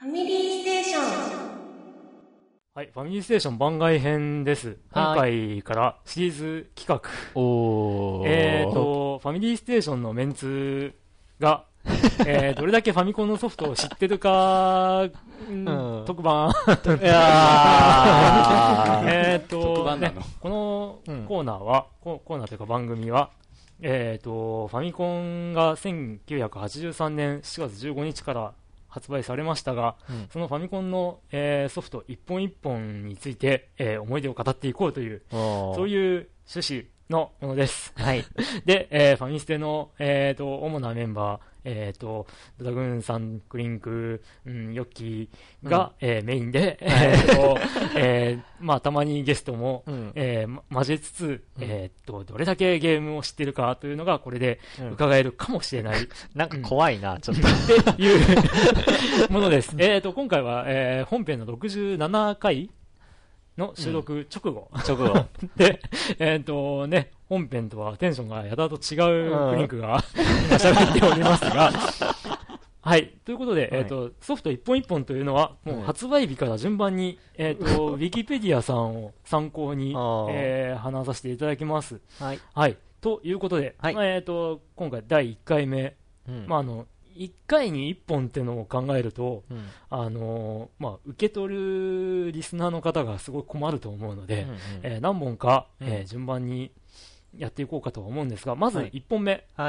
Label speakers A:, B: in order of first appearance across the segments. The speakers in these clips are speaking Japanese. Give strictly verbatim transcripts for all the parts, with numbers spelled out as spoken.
A: ファミリーステーション。
B: はい、ファミリーステーション番外編です。今回からシリーズ企画。
C: おー。
B: えーと、ファミリーステーションのメンツが、えー、どれだけファミコンのソフトを知ってるか、うん、特番。いやえーと、
C: 特番なの、
B: ね、このコーナーは、うん、コーナーというか番組は、えーと、ファミコンがせんきゅうひゃくはちじゅうさんねんしちがつじゅうごにちから発売されましたが、うん、そのファミコンの、えー、ソフト一本一本について、えー、思い出を語っていこうという、そういう趣旨のものです。
C: はい。
B: で、えー、ファミステの、えーと、主なメンバー、えーと、ドラグーンさん、クリンク、うん、ヨッキーが、うん、えー、メインで、えーと、えー、まあ、たまにゲストも、うん、えー、交えつつ、うん、えーと、どれだけゲームを知ってるかというのが、これで伺えるかもしれない。うん、
C: なんか怖いな、うん、ちょっと。
B: っていうものです。えーと、今回は、えー、本編のろくじゅうななかいの収録直後。
C: うん、直後。
B: で、えっ、ー、とね、本編とはテンションがやたらと違うクリンクが今喋っておりますが、はい。ということで、はい、えっ、ー、と、ソフト一本一本というのは、もう発売日から順番に、えっ、ー、と、ウィキペディアさんを参考に、えー、話させていただきます。
C: はい。
B: はい。ということで、はい、まあ、えっ、ー、と、今回だいいっかいめ、うん、まあ、あの、いっかいにいっぽんってのを考えると、うん、あのー、まあ、受け取るリスナーの方がすごい困ると思うので、うんうん、えー、何本か、うん、えー、順番にやっていこうかと思うんですが、まずいっぽんめ。
C: はい。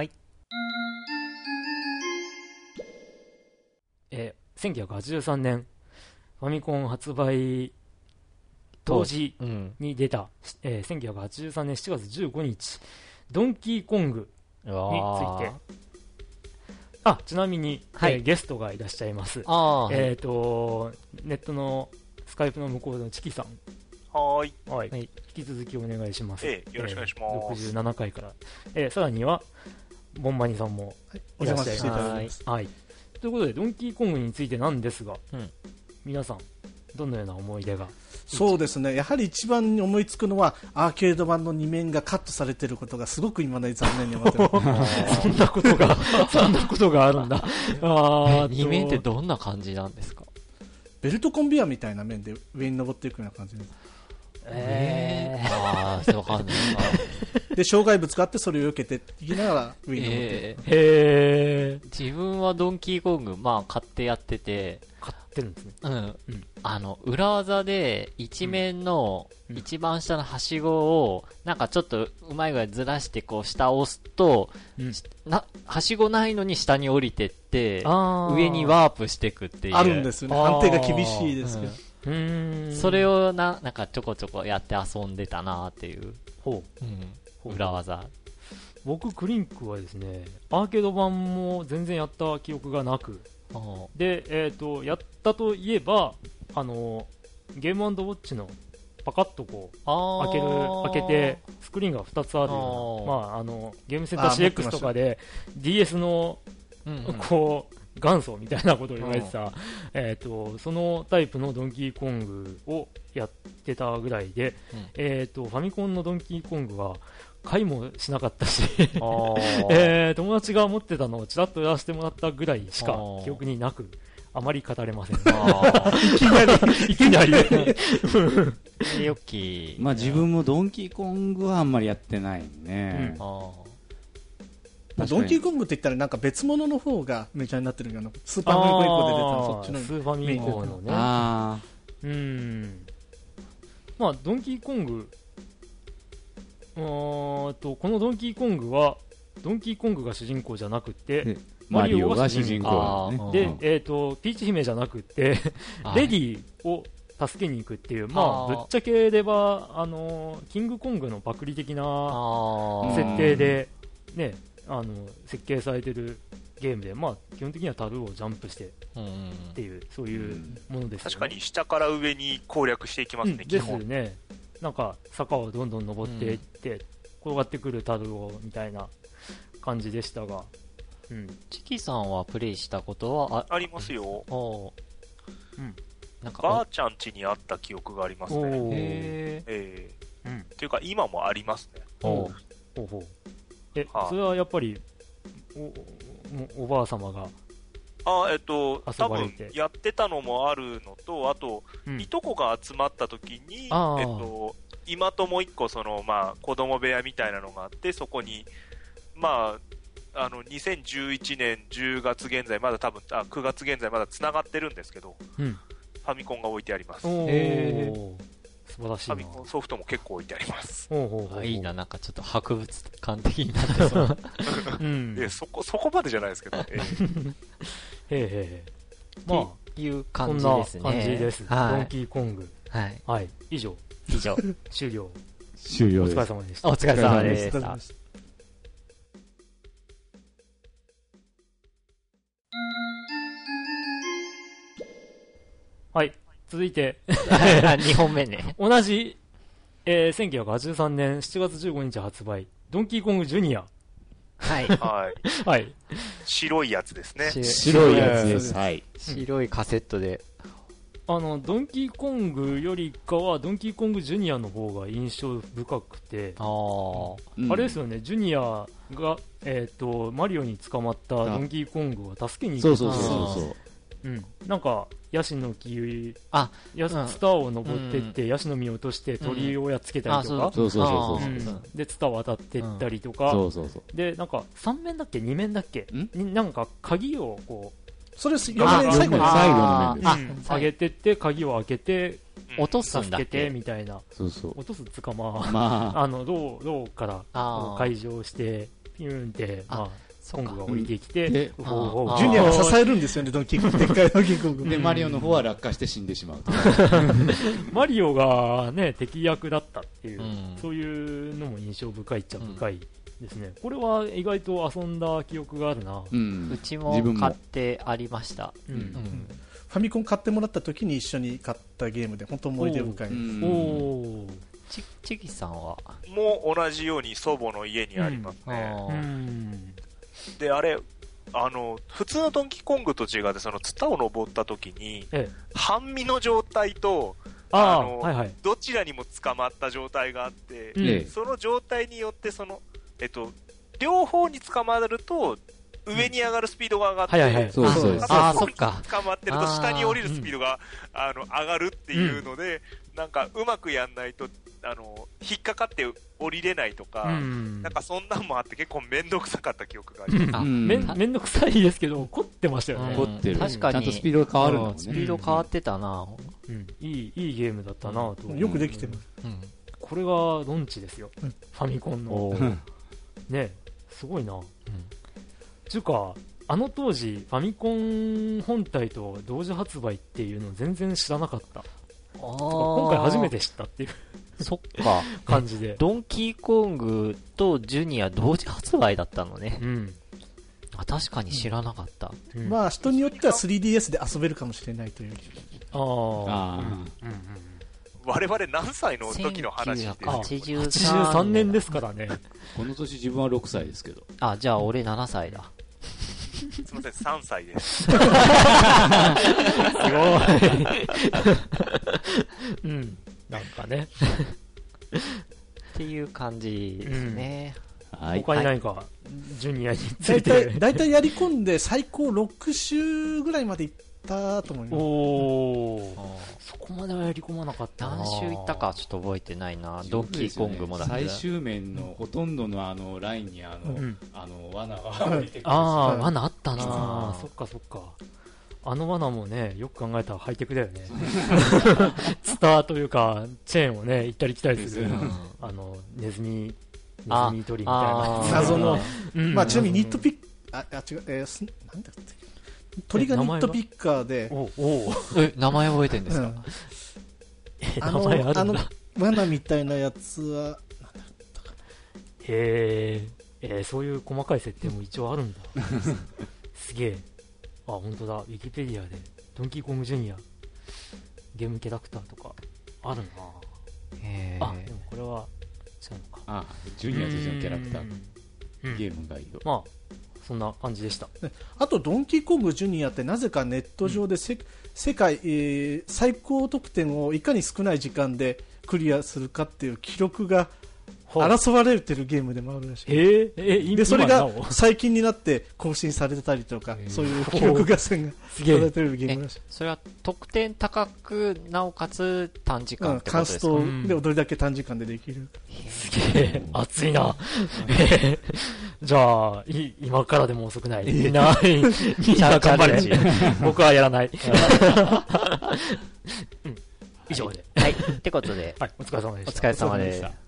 B: えー、せんきゅうひゃくはちじゅうさんねん、ファミコン発売当時に出た、うん、えー、せんきゅうひゃくはちじゅうさんねんしちがつじゅうごにち、ドンキーコングについて、あ、ちなみに、はい、えー、ゲストがいらっしゃいます。
C: あ
B: えっ、ー、と、ネットのスカイプの向こうのチキさん。
D: はーい。
B: はい。引き続きお願いします。
D: ええ、よろしくお願いします。えー、
B: ろくじゅうななかいから。えー、さらには、ボンバニさんもいらっしゃいます。はい。ということで、ドンキーコングについてなんですが、うん、皆さん、どのような思い出が？
E: そうですね、やはり一番思いつくのはアーケード版のに面がカットされていることがすごく今まで残念に思ってます
B: そんなことがそんなことがあるんだ
C: あに面ってどんな感じなんですか？
E: ベルトコンベヤーみたいな面で上に登っていくような感じです。
C: えー、ああそうかんない
E: で障害物があってそれを避けていきながら上に登っていく、えー、
C: へー。自分はドンキーコングまあ買ってやってて
B: 買ってるんですね。
C: うん、うん、あの裏技で一面の一番下のはしごをなんかちょっとうまいぐらいずらしてこう下を押すと、うん、なはしごないのに下に降りてって上にワープしていくっていう
E: あるんですよね。判定が厳しいですけど、
C: うん、うーんそれをななんかちょこちょこやって遊んでたなっていう
B: ほう、
C: うん、裏技。
B: 僕クリンクはですねアーケード版も全然やった記憶がなくで、えーと、やったといえばあのゲーム&ウォッチのパカッとこう開ける開けてスクリーンがふたつあるような、まあ、あのゲームセンター シーエックス とかで ディーエス の、うんうん、こう元祖みたいなことを言われてた、えーと、そのタイプのドンキーコングをやってたぐらいで、うんえーと、ファミコンのドンキーコングは買いもしなかったし、えー、友達が持ってたのをちらっとやらせてもらったぐらいしか記憶になくあまり語れません。あいきなりいきなり
C: よき
F: まあ自分もドンキーコングはあんまりやってないね、うん、あ
E: ドンキーコングって言ったらなんか別物の方がメジャーになってるけどスーパーファミコン以降で出たのそっちの
B: スーファミコンのね
F: あ
B: うんまあドンキーコングとこのドンキーコングはドンキーコングが主人公じゃなくて
F: マリオが主人公、ね、
B: で、えーと、ピーチ姫じゃなくてレディを助けに行くっていうまあぶっちゃければあのキングコングのパクリ的な設定でねあの設計されてるゲームでまあ基本的には樽をジャンプしてっていうそういうものですよね。
D: 確かに下から上に攻略していきますね、うん、
B: ですね。なんか坂をどんどん登っていって、うん、転がってくる樽をみたいな感じでしたが、
C: うん、チキさんはプレイしたことは
D: あ, ありますよ、
B: うん、
D: なんかばあちゃん家にあった記憶がありますね。
B: へ
D: えー、うん、っていうか今もありますね。
B: おうほうほうえ、はあ、それはやっぱり お, おばあ様が
D: あ、えっと、
B: 遊
D: 多分
B: ばれて
D: やってたのもあるのと、あと、
B: うん
D: いとこが集まった時に、
B: あー
D: えっと、今ともう一個、その、まあ、子供部屋みたいなのがあって、そこに、まあ、あの、にせんじゅういちねんじゅうがつ現在、まだ多分、あ、くがつ現在まだ繋がってるんですけど、
B: うん。
D: ファミコンが置いてあります。フ
B: お
C: へ
B: ー。素晴らしいな。
D: ァミコンソフトも結構置いてあります。
B: ほうほうほうほう
C: あいいな、なんかちょっと博物館的になってそう。
B: うん。
D: え、そこ、そこまでじゃないですけど、ええ
B: へえへえ。まあ、
C: っていう
B: こんな
C: 感じですね。
B: 感じです。
C: はい。
B: ドンキーコング。
C: はい。
B: はい。以上、
C: 以上。
B: 終了。
F: 終了です
B: お疲れ。様でした。
C: お疲れ様でした
E: お疲れ様で。した
B: はい。続いて、
C: にほんめね。
B: 同じ、えー、せんきゅうひゃくはちじゅうさんねんしちがつじゅうごにち発売、ドンキーコングジュニア。
C: はい。
D: はい。
B: はい。
D: 白いやつですね。
C: し
F: 白いやつです。はい。
C: 白いカセットで。
B: あの、ドンキーコングよりかは、ドンキーコングジュニアの方が印象深くて、
C: ああ。
F: うん
B: あれですよね、ジュニアが、えっ、と、マリオに捕まったドンキーコングを助けに行く。
F: そうそうそうそう。
B: うん。なんか、ヤシの木、
C: あ、
B: や
C: うん
B: ツタを登ってって、ヤシの実を落として鳥をやっつけたりとか、
F: そうそうそう
C: あ
F: そう
B: うんで、ツタ渡ってったりとか、
F: そうそうそう。
B: で、なんか、さん面だっけに面だっけ
F: ん
B: になんか、鍵をこ
E: それよ
B: あ
E: ねん最後に
F: あ最後の面
B: う、
F: です。
C: あ
B: うん上げてって、鍵を開けて、
C: 落とすんだっ
B: 助けて、
C: け
B: みたいな。
F: そうそう。
B: 落とすっつうか、まあ、
F: まあ、
B: あの、ロー、ローから、
C: あー
B: 会場して、ピューンって、
C: あ
B: まあ、
C: そっか
B: コングが降りてきて、
F: で
B: ウホウホ
C: あー
E: ジュニアが支えるんですよね、ドンキーコング。でっかいドンキーコング。
F: で、マリオの方は落下して死んでしまう。
B: マリオがね、敵役だったっていう、
C: うん
B: そういうのも印象深いっちゃ深いですね。これは意外と遊んだ記憶があるな。
F: うん。
C: うち
F: 自分も
C: も買ってありました。
B: う。
C: うんん。
E: ファミコン買ってもらった時に一緒に買ったゲームで、本当思い出深い。
F: うん
B: おー。
C: ち、ちぎさんは
D: もう同じように祖母の家にあります
C: あ
D: ね。
B: う
C: ー
B: ん。
D: で、あれ、あの、普通のドンキーコングと違って、そのツタを登った時に、
B: ええ。
D: 半身の状態と、
B: ああ、
D: あの
B: はいはい。
D: どちらにも捕まった状態があって、
B: うん
F: ええ
D: その状態によって、その、えっと、両方に捕まると、上に上がるスピードが上がって、
B: はいはいはい
F: そうそうです。
C: あー
D: そこに
C: そっか
D: 捕まってると、下に降りるスピードが、あの、上がるっていうので、なんか、うまくやんないと、あの、引っかかって降りれないとか、
B: うん
D: なんかそんなんもあって結構めんどくさかった記憶があります。
C: あ
F: うん
B: めんめんどくさいですけど、凝ってましたよね。
F: 凝ってる。
C: 確かに
F: ちゃんとスピードが変わるんだもん
C: スピー
F: ね。
C: ド変わってたな。
B: うん。いい、いいゲームだったなと。
E: よくできてます。
C: うん。
B: これがロンチですよ。
E: うん
B: ファミコンの。
C: おー
B: ね、すごいな。つうか、あの当時、ファミコン本体と同時発売っていうの全然知らなかった。今回初めて知ったっていう
C: そっか。
B: 感じで。
C: ドンキーコングとジュニア同時発売だったのね。
B: うん。
C: あ、確かに知らなかった。
B: うん、
E: まあ、人によっては スリーディーエス で遊べるかもしれないという。
B: ああ。
F: あ
B: うんうんうん
D: 我々何歳の時の話ですよ。
C: せんきゅうひゃくはちじゅう
B: はちじゅうさんねんですからね。
F: この年自分はろくさいですけど。
C: あ、じゃあ俺ななさいだ。
D: すみません、さんさいです。
B: すごい。うん。なんかね。
C: っていう感じですね。
F: はい。
B: 他に何か、ジュニアについ
E: 大体、
B: て。
E: 大体やり込んで最高ろく週ぐらいまで行ったと思います。
B: おー。
C: あ
B: そこまではやり込まなかったな。
C: 何周行ったかちょっと覚えてないな。ドンキーコングもだけど。
F: 最終面のほとんどのあのラインにあの、
B: うん
F: あの罠が降りてくるし
B: ああ、
E: はい
B: 罠あったな
C: あー
B: そっかそっか。あの罠もね、よく考えたらハイテクだよね。ツターというか、チェーンをね、行ったり来たりする
F: う。
C: ん
B: あの、ネズミ、ネ
C: あ
B: ズミ取りみたいな
C: あー。
E: 謎の
B: うん
E: まあ、ちなみにニットピック、あ、あ違う、えーすなんだっけ鳥がニットピッカーで、
B: おお
C: え、名前覚えてんですか
E: うん
B: え
E: あ
B: 名前あるんだ。
E: の、あの、罠みたいなやつは、
B: へーえー、そういう細かい設定も一応あるんだ。すげえ。あ、本当だ。ウィキペディアで、ドンキーコングジュニア、ゲームキャラクターとか、あるな
C: へ
B: あ、で
C: ー
B: もこれは、違うのか。
F: ああ、ジュニアとしてのキャラクター、
B: うんうん
F: ゲームがいいよ。
B: まあ、そんな感じでした。
E: あと、ドンキーコングジュニアってなぜかネット上でせ、世界、えー最高得点をいかに少ない時間でクリアするかっていう記録が争われてるゲームでもあるらしい。
B: へえ、え、今
E: で、それが
B: なお
E: 最近になって更新されてたりとか、そういう記録合戦が
B: すげえ。
E: されてるゲームらしい。
C: それは得点高く、なおかつ短時
E: うん、
C: 間ってこ
E: カンス
C: とですか？
E: トでどれだけ短時間でできる。
B: すげえ、熱いな。えーじゃあ、い今からでも遅くない。みんな、みんな頑張れ
C: チャレン。
B: 僕はやらない。うん以上で。
C: はい。ってことで、
B: はい、お疲れ様で
C: お
B: した。
C: 疲れ様で
E: お疲れ様でした。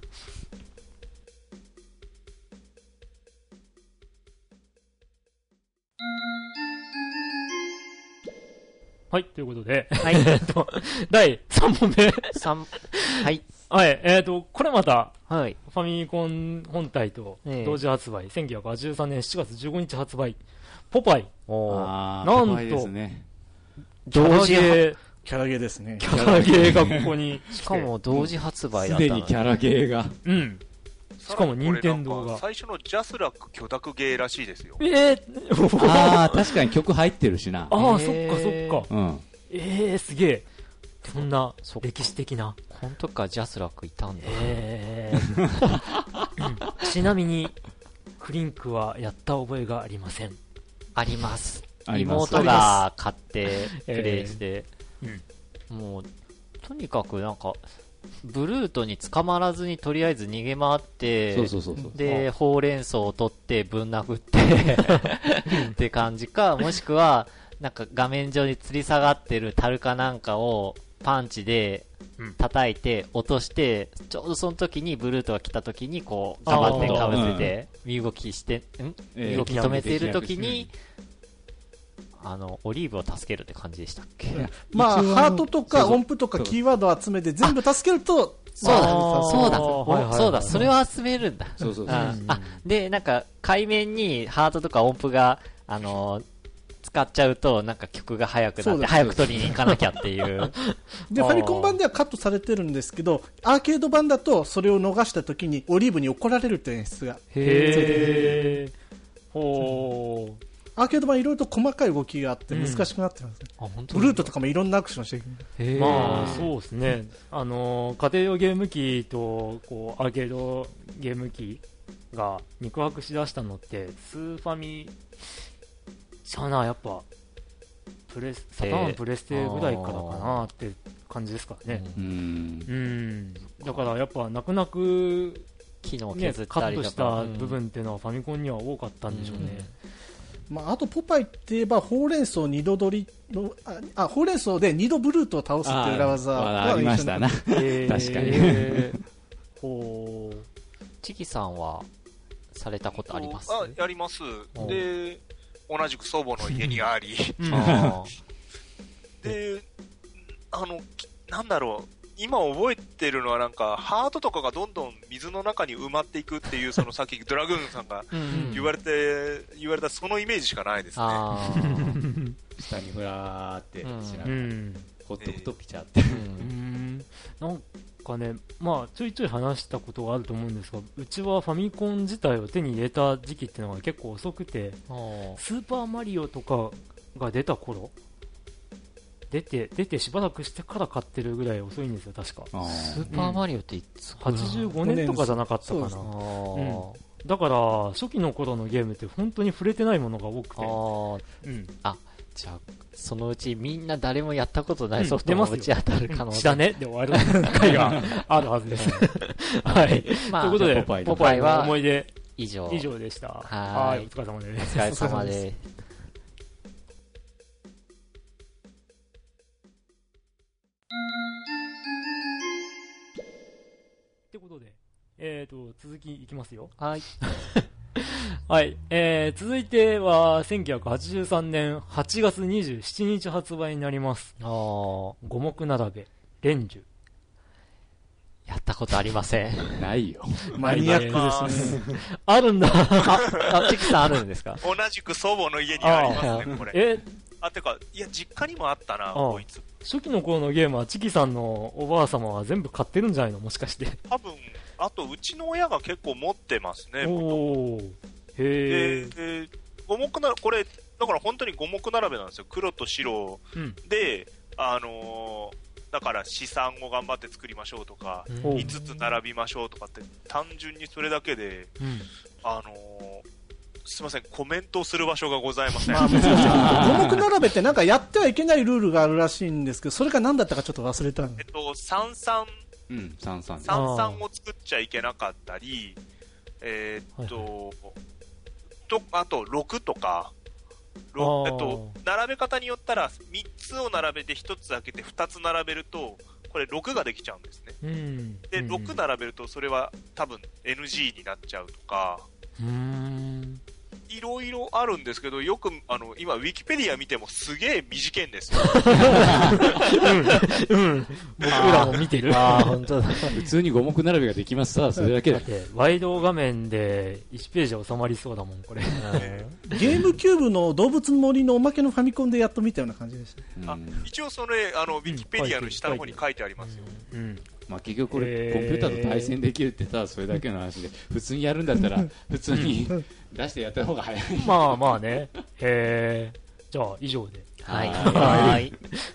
B: はい、ということで、
C: はい。
B: えっと、だいさんぼんめ。
C: 三はい。
B: はい、えっと、これまた、
C: はい。
B: ファミコン本体と
C: ええ
B: 同時発売、せんきゅうひゃくはちじゅうさんねんしちがつじゅうごにち発売、ポパイ、
C: おー。
F: あ
B: なんと
F: ー、可愛いですね。
B: キャラゲー、
E: キャラゲーですね。
B: キャラゲーがここに、
C: しかも同時発売だ
F: す
C: ったの
F: でにキャラゲーが。
B: うん。しかも任天堂が
D: さらにこれなんか最初のジャスラック許諾ゲーらしいですよ。
B: えー、
F: あー、確かに曲入ってるしな。
B: ああ、そっ
C: へ
B: か
C: ー
B: そっか。
F: うん。
B: ええー、すげえ。そんな
C: そっか
B: 歴史的な。
C: 本当か、ジャスラックいたんだ。
B: えーうんちなみに、クリンクはやった覚えがありません。
C: あります。
F: あります
C: 妹が買ってプ
B: え
C: レイして、もう、とにかくなんか、ブルートに捕まらずにとりあえず逃げ回って、
F: そうそうそうそう。
C: で、ほうれん草を取ってぶん殴ってって感じか、もしくは、なんか画面上に吊り下がってる樽かなんかをパンチで叩いて落として、ちょうどその時にブルートが来た時にこう頑張ってかぶせて身動きして、ん
F: えー
C: 身動き止めている時
F: うん
C: に、あの、オリーブを助けるって感じでしたっけ？
E: まあ、
F: 一応
E: ハートとか
F: そうそう
E: 音符とかキーワードを集めて全部助けると、
C: そうだ、
E: まあ
C: そうだ、
B: あーはいはいはい
C: そうだ、それを集めるんだ。
F: そうそうそう。
C: ああ、で、なんか、海面にハートとか音符が、あのー使っちゃうと、なんか曲が速くなって、
E: そうです
C: 早く取りに行かなきゃっていう。
E: で、ファミコン版ではカットされてるんですけど、アーケード版だとそれを逃した時にオリーブに怒られるっていう演出が。
B: へえ。ほう。
E: アーケード版いろいろと細かい動きがあって難しくなってますね。
C: あ、本
E: ブルートとかもいろんなアクションしていく。
C: へー
B: まあ、そうですね。あのー、家庭用ゲーム機と、こう、アーケードゲーム機が肉薄しだしたのって、スーファミ、ちゃうな、やっぱ、プレス、サターンプレステぐらいからかなって感じですかね。
F: う。
B: うんん。だからやっぱ、泣く泣く、
C: 機能
B: ね、
C: 削っ
B: カ
C: たりとか。
B: ットした
C: うん
B: 部分っていうのはファミコンには多かったんでしょうね。
E: まあ、あとポパイって言えばほうれん草二度取りの、あ、あほうれん草で二度ブルートを倒すっていう裏技
F: あ
E: が
F: ありましたな。
B: えー
F: 確かに
B: ほう。
C: チキさんは、されたことあります？
D: あ、やります。で、同じく祖母の家にあり、
C: あ
D: で、あの、きなんだろう、今覚えてるのはなんか、ハートとかがどんどん水の中に埋まっていくっていう、そのさっきドラグーンさんが
C: ーうん
D: 言われて、言われたそのイメージしかないですね。
C: あー
F: 下にふらーってしな
B: う
F: がら、
B: ん。
F: ほっとくとピチャって。
C: う
B: うんん。なんかね、まあ、ちょいちょい話したことがあると思うんですが、うちはファミコン自体を手に入れた時期っていうのが結構遅くて、
C: あー
B: スーパーマリオとかが出た頃、出て、出てしばらくしてから買ってるぐらい遅いんですよ、確か。
F: あ
C: スーパーマリオっていつ
B: はちじゅうごねんとかじゃなかったかな。
E: そうです
C: あー
B: だから、初期の頃のゲームって本当に触れてないものが多くて。
C: あー、
B: うん。
C: じゃあ、そのうちみんな誰もやったことないソフト
B: うん出ますよ
C: も打ち当たる可能性。
B: 知らねで終わる回があるはずです。はい。
C: まあ
B: ということで、
F: じゃあポパイの
B: ポパイの思い出
C: 以上。
B: 以上でした。
C: は
B: はいい。お疲れ様です。
C: お疲れ様です。
B: ってことで、えーと、続きいきますよ。
C: はい。
B: はい。えー、続いては、せんきゅうひゃくはちじゅうさんねんはちがつにじゅうしちにち発売になります。
C: あー
B: 五目並べ、レンジュ。
C: やったことありません。
F: あ、ないよ。
E: マニアックですね。
B: あるんだ。
C: あ、チキさんあるんですか？
D: 同じく祖母の家にありますね、これ。
B: え、
D: あ、てか、いや、実家にもあったな、
B: あ
D: こいつ。
B: 初期の頃のゲームはチキさんのおばあ様は全部買ってるんじゃないのもしかして。
D: 多分、あと、うちの親が結構持ってますね。
B: おー。へ
D: で
B: ー。、
D: で五目な、これ、だから本当に五目並べなんですよ。黒と白
B: うん。
D: で、あのーだから資産を頑張って作りましょうとか、
B: うん
D: いつつ並びましょうとかって単純にそれだけで、
B: うん
D: あのー、すいません、コメントをする場所がございません。
E: まあ難しい。五目並べってなんかやってはいけないルールがあるらしいんですけど、それが何だったかちょっと忘れたんで。
D: えっと、三三、
F: うん、三三です。
D: 三三を作っちゃいけなかったり、えーっと、と、あとろくとか、ろ
B: あー
D: えっと、並べ方によったらみっつを並べてひとつ開けてふたつ並べると、これろくができちゃうんですね。
B: うん
D: で、
B: うん
D: ろく並べるとそれは多分 エヌジー になっちゃうとか、
B: うーん
D: いろいろあるんですけど、よく、あの、今、ウィキペディア見てもすげえ短いんですよ。
B: うん僕らも見てる
C: ああ、本当だ。
F: 普通に五目並べができますさ、それだけだ
B: だっ。てワイド画面でいちページ収まりそうだもんこれ
E: ゲームキューブの動物の森のおまけのファミコンでやっと見たような感じでした。
D: あ一応それ、あの、ウィキペディアの下の方に書いてありますよ。
B: うん
F: まあ、結局これ、
B: へー
F: コンピューターと対戦できるってただそれだけの話で、普通にやるんだったら、普通に出してやった方が早い。
B: まあまあねへえじゃあ以上で
C: はい。
F: は
C: はい。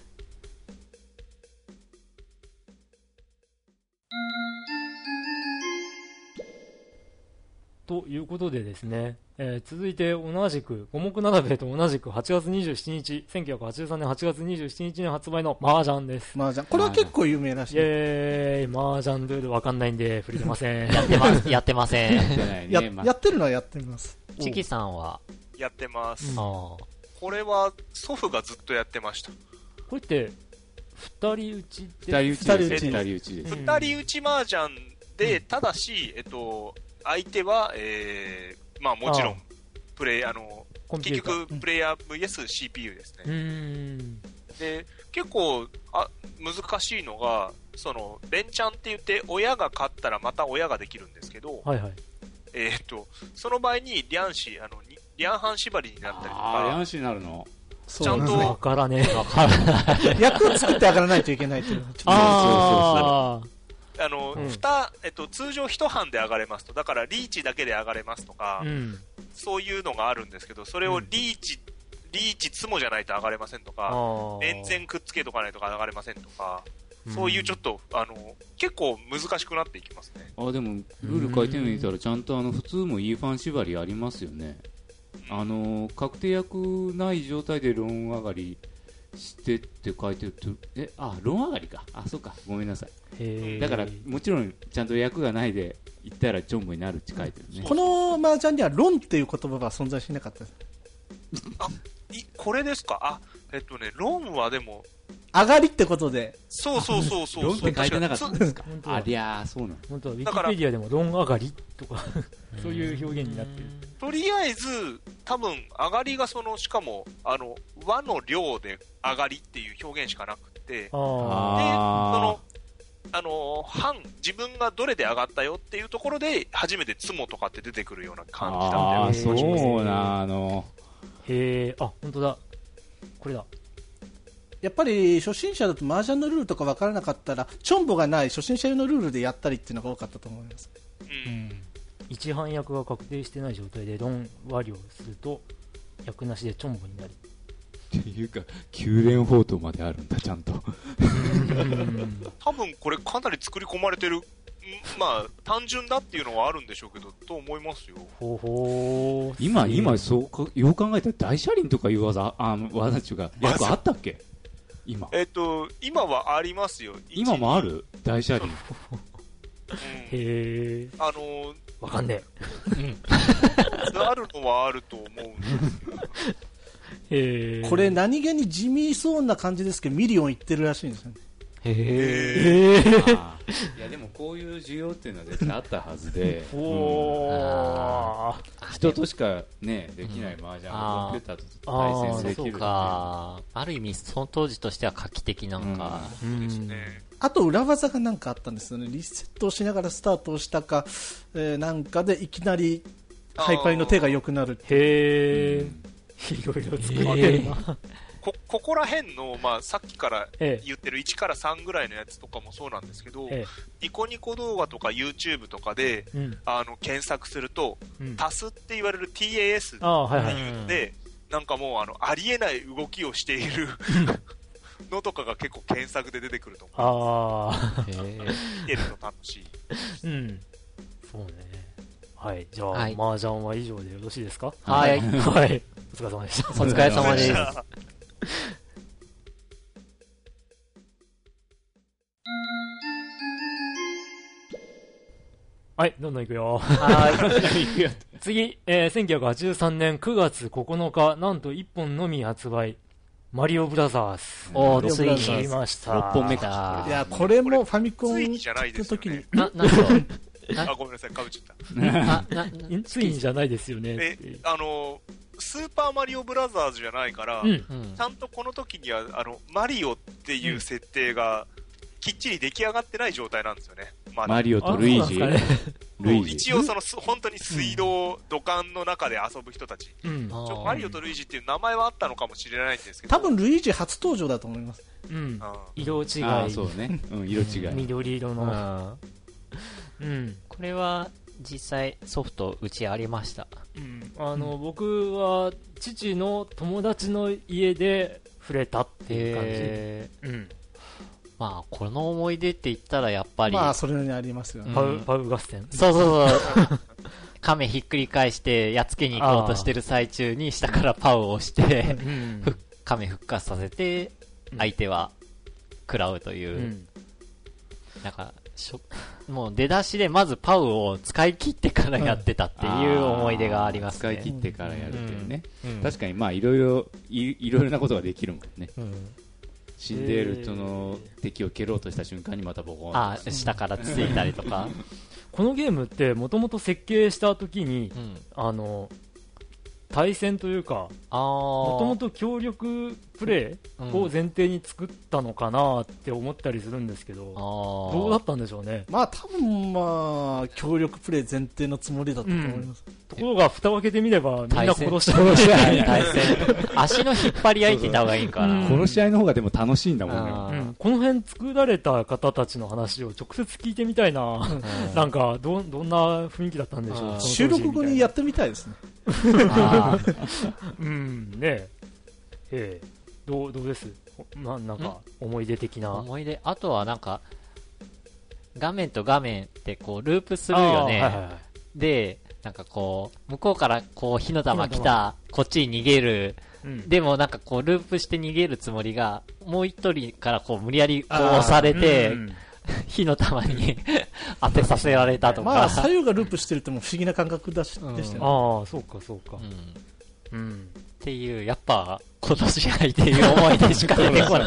B: ということでですね、えー続いて同じく五目並べと同じくはちがつにじゅうしちにちせんきゅうひゃくはちじゅうさんねんはちがつにじゅうしちにちに発売の麻雀です
E: まあじゃあこれは結構有名らし
B: イ
E: い。
B: エーイ麻雀ルールわかんないんで触れてません
C: やってます、やってません。
F: じゃない
E: や
F: ね。まあ
E: やってるのはやってます。
C: チキさんは、
D: やってます。
B: うん
C: あ
D: これは祖父がずっとやってました。
B: これって二人打ちって
F: 二人打ちです。
E: 二人打ち
F: 二人打ちです。
B: うん
D: 二人打ち麻雀で、ただし、えっと、相手は、えー、まあもちろ
B: あ
D: ん、プレイ、あの、結
B: コンピューター
D: 局、プレイヤー ブイエスシーピーユー です
B: うー
D: ね。
B: ん
D: で、結構、あ、難しいのが、その、連チャンって言って、親が勝ったらまた親ができるんですけど、
B: はいはい
D: えーっと、その場合に、リャンシ、あの、にリャンハン縛りになったりと
F: ああ、ヤ
D: か、
F: ンシーになるの。
E: そう
D: ちゃんと
E: ですね
B: わからねえわ
E: 役を作って上がらないといけないというのはちょっと
B: あ
D: あの、
B: うん
D: ふた、えっと、通常一班で上がれますと、だからリーチだけで上がれますとか、
B: あうん
D: そういうのがあるんですけど、それを
B: うん
D: リーチ、リーチツモじゃないと上がれませんと
B: あ
D: か、
B: ー
D: 連全くっつけとかないと上がれませんとか、そういうちょっと、あの、結構難しくなっていきますね。
F: あ、でも、ルール書いてみたら、ちゃんとあの、普通も イー ファン縛りありますよね。あの、確定役ない状態でローン上がりしてって書いてると、え、あ、ローン上がりか。あ、そうか。ごめんなさい。
B: へー
F: だから、もちろん、ちゃんと役がないで行ったらジョンボになるって書いてるね。
E: この麻雀には論っていう言葉は存在しなかったです。
D: いこれですかあ、えっとね、ロンはでも、
E: 上がりってことで、
D: そうそうそうそう。
F: ロンって書いてなかったんですか
B: 本当だ
F: ありゃー、そうなの。
B: 本当はウィキ
D: だから
B: ペディアでもロン上がりとかそういう表現になってる
D: とりあえず、多分、上がりがその、しかも、あの、和の量で上がりっていう表現しかなくて、
B: あ
D: そ
F: あ
D: の、あの、半、自分がどれで上がったよっていうところで、初めてツモとかって出てくるような感じだ
F: ああ、
D: ったり
F: そう
B: へー
F: なの。
B: ーへえあ本当だこれだ
E: やっぱり初心者だと麻雀のルールとか分からなかったら、チョンボがない初心者用のルールでやったりっていうのが多かったと思います。
D: うん
B: 一班役が確定してない状態でロン割りをすると役なしでチョンボになり
F: っていうか、宮殿宝刀まであるんだ、ちゃんと。
D: 多分これかなり作り込まれてる、んまあ、単純だっていうのはあるんでしょうけど、と思いますよ。
B: ほほー
F: 今、今、そうか、よう考えたら大車輪とかいう技、あの、技中が、役あったっけ今。
D: えっと、今はありますよ。
F: 今もある大車輪。
D: うん
B: へえ
D: あの、
B: わかんね
D: あるのはあると思うんですけど。
B: えへえ
E: これ何気に地味そうな感じですけど、ミリオンいってるらしいんですよね。
B: へえ
F: あーいや、でもこういう需要っていうのは絶対あったはずで、
B: お
F: うん
B: ー
F: 人としかね、できない麻雀をコンピューターと対戦できるっていう
C: そうか。ある意味、その当時としては画期的なんか。
D: そうですね。
E: あと裏技がなんかあったんですよね。リセットをしながらスタートをしたか、えーなんかでいきなりハイパイの手が良くなる。
B: へえいろいろ作ってるな
D: こ、ここら辺の、まあ、さっきから
B: ええ
D: 言ってるいちからさんぐらいのやつとかもそうなんですけど、
B: え
D: ニコニコ動画とか YouTube とかで、
B: えうん
D: あの、検索すると、
B: うん
D: タスって言われる ティーエーエスって
B: ああはいはい
D: いうので、なんかもう、あの、ありえない動きをしているのとかが結構検索で出てくると思う。
B: ああ。
C: へー
D: 見てると楽しい。
B: うん。そうね。はい。じゃあ、
C: はい
B: 麻雀は以上でよろしいですか？
C: はい。
B: はい。お疲れ様でした。
C: お疲れ様です。
B: はい、どんどんいくよ。
C: は
B: 次、えー、せんきゅうひゃくはちじゅうさんねんくがつここのか、なんといっぽんのみ発売。マリオブラザーズ。
C: おー、
E: マリオ
C: ついに
E: ブラザーズ
B: 来ました。
F: ろっぽんめか
E: いや、これもファミコン
D: ついにじゃないですよね
E: の時に、
C: な、なんと、
D: あ、ごめんなさい、かぶっちゃった。
C: な、な、
B: ついにじゃないですよね。
D: え、あの、スーパーマリオブラザーズじゃないから、
B: うん。
C: うん
D: ち。ゃんとこの時には、あの、マリオっていう設定が、きっちり出来上がってない状態なんですよね。まだ
F: マリオとルイージ
B: あそうなんですかね
F: ルイージ
D: 一応その、す本当に水道、土管の中で遊ぶ人たち。
B: うん。
C: あー
D: ちょマリオとルイージっていう名前はあったのかもしれないんですけど。
E: 多分ルイージ初登場だと思います。
B: うん。
D: あ
B: 色違い。
F: ああそうね、うん、色違い、
B: 緑色の。
C: うん
B: うん。
C: これは、実際ソフトうちありました。
B: うん。あの、僕は、父の友達の家で触れたっていう感じ。
C: へ
B: うん。
C: ーまあ、この思い出って言ったらやっぱり、
E: まあ、それなりにありますよね。
C: うん
B: パウ、パウ合戦。
C: そうそうそう。亀ひっくり返して、やっつけに行こうとしてる最中に、下からパウを押して、
B: うん。
C: ふ亀復活させて、相手は食らうというう、
B: ん。
C: なんか、しょもう出だしでまずパウを使い切ってからやってたっていう思い出がありますね。
F: 使い切ってからやるっていうね、
C: うん
F: 確かにまあいろいろいいろいろなことができるもんね。
C: うん
F: 死んでいる人の敵を蹴ろうとした瞬間にまたボコンと
C: あ、下からつついたりとか。
B: このゲームってもともと設計した時に、
C: うん。
B: あの、対戦というか、
C: あー。
B: もともと協力プレイを前提に作ったのかなって思ったりするんですけど、
C: あー
B: どうだったんでしょうね。
E: まあ、多分まあ、協力プレイ前提のつもりだったと思います。
B: ところが蓋を開けてみればみんな殺しちゃ
C: 対
B: う。
C: 戦対戦。足の引っ張り合いって言った方がいいんかな。
B: うん
F: 殺し合いの方がでも楽しいんだもんね。
C: あー
B: うん、この辺作られた方たちの話を直接聞いてみたいな。
C: うん
B: なんかど、どんな雰囲気だったんでしょう。
C: あー
E: 収録後にやってみたいですね。
C: あー
B: うん、ねえ。ええ、どう、どうですななんか、思い出的な。
C: 思い出、あとはなんか、画面と画面ってこう、ループするよね。
B: あーはいはいはい
C: で、なんかこう、向こうからこう、火の玉来た、こっちに逃げる。
B: うん
C: でもなんかこう、ループして逃げるつもりが、もう一人からこう、無理やりこう
B: あー
C: 押されて、
B: うん
C: 火の玉に当てさせられたとか。
E: まあ、左右がループしてるってもう不思議な感覚だし、
C: うん
E: でしたよね。
B: ああ、そうかそうか
C: う。ん。
B: うん。
C: っていう、やっぱ、今年愛っていう思い出しか出てこない。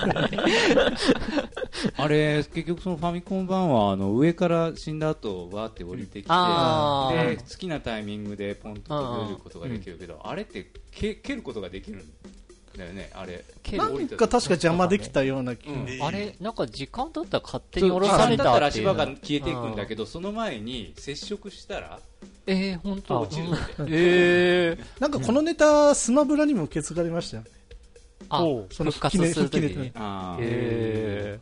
F: あれ結局そのファミコン版はあの上から死んだ後わーって降りてきて、
C: あー
F: で好きなタイミングでポンと飛べることができるけど、あれってけ蹴ることができるんだよね。あれ
C: 蹴る
E: なんか確か邪魔できたような気が。
F: うん
D: え
C: あれ、なんか時間だったら勝手
F: そう
C: に降ろされ
F: だったたら
C: っていうの。
F: 足場が消えていくんだけど、その前に接触したら
C: えー、本当
F: 落ちるって。
C: えー、
E: なんかこのネタ、スマブラにも受け継がれましたよね。
C: あ、
B: おう
E: その
C: 復活するときに
E: 復帰ネ。
F: あー
C: え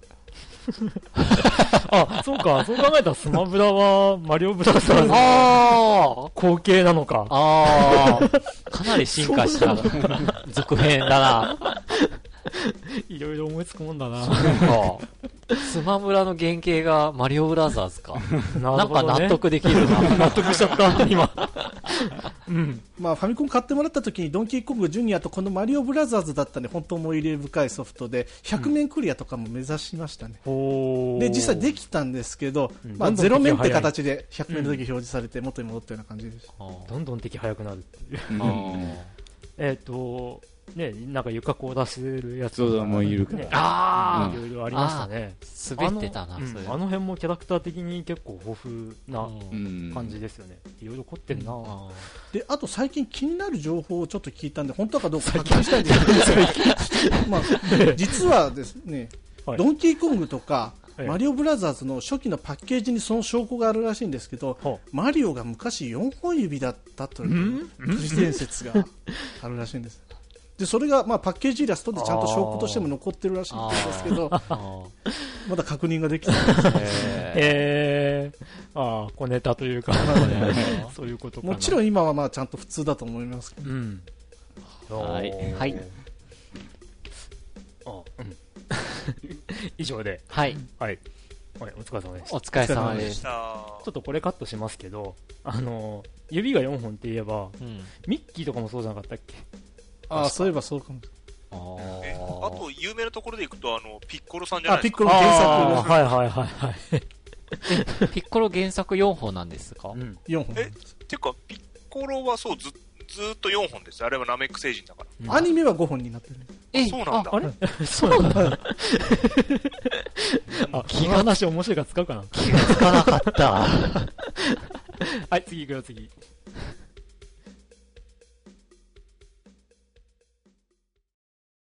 B: あ、そうか、そう考えたらスマブラはマリオブラザーズ
C: ー、
B: の
C: あ
B: 後継なのか。
C: ああ、かなり進化した続編だな。
B: いろいろ思いつくもんだな。
C: なんか、スマブラの原型がマリオブラザーズか。
B: な
C: なんか納得できるな。
B: 納得しちゃった、今。うん。
E: まあ、ファミコン買ってもらった時にドンキーコングジュニアとこのマリオブラザーズだったんで本当思い入れ深いソフトでひゃくめんクリアとかも目指しましたね、
B: ほー
E: で実際できたんですけど、
B: うん
E: まあ、
B: どんどん
E: ゼロ面って
B: 敵が早い
E: 形でひゃくめんの時表示されて元に戻ったような感じです。
B: どんどん敵速くなるっていう。
F: うん
B: えっと、ね、なんか床こう出せるやつ
F: そうだもういるから
B: ね
C: あ
B: いろいろありましたね。
C: 滑ってたな、
B: あの,、
C: それ。
B: うん、あの辺もキャラクター的に結構豊富な
F: うん
B: 感じですよね。いろいろ凝ってるな、
C: あ
E: であと最近気になる情報をちょっと聞いたんで本当かどうか確認したいんですけど、まあ、実はですね、
B: はい
E: ドンキーコングとか
B: ええ
E: マリオブラザーズの初期のパッケージにその証拠があるらしいんですけど、
B: は
E: マリオが昔よんほん指だったという都市伝説があるらしいんです。でそれがまあパッケージイラストでちゃんと証拠としても残ってるらしいんですけど、
C: あー
E: まだ確認ができてないです。
C: え
B: えー、ああ、小ネタというか、そういうことかな。
E: もちろん今はまあちゃんと普通だと思いますけど、
B: うん。
C: はいはい。
B: あ、うん。 以上で。
C: はい。
B: はい。はい、お疲れ様でした。
C: お疲れ様でし。
D: したた
B: ちょっとこれカットしますけど、あの、指がよんほんって言えば、
C: うん。
B: ミッキーとかもそうじゃなかったっけ？
E: ああ、そういえばそうかも。
C: あ
D: え
C: ー
D: あと、有名なところでいくと、あの、ピッコロさんじゃな
E: あ、
D: いですか。
E: ピッコロ原
B: あー
E: 作
B: はいはいはいはい。
C: ピッコロ原作よんほんなんですか？
B: うん。
E: よんほん。
D: えていうか、ピッコロはそう、ず、ずーっとよんほんですよ。あれはナメック星人だから。
E: アニメはごほんになってる。
C: え、
D: そうなんだ。
B: あれそうなんだ。あ、気が話面白いから使うかな。
C: 気がつかなかった。
B: はい、次行くよ、次。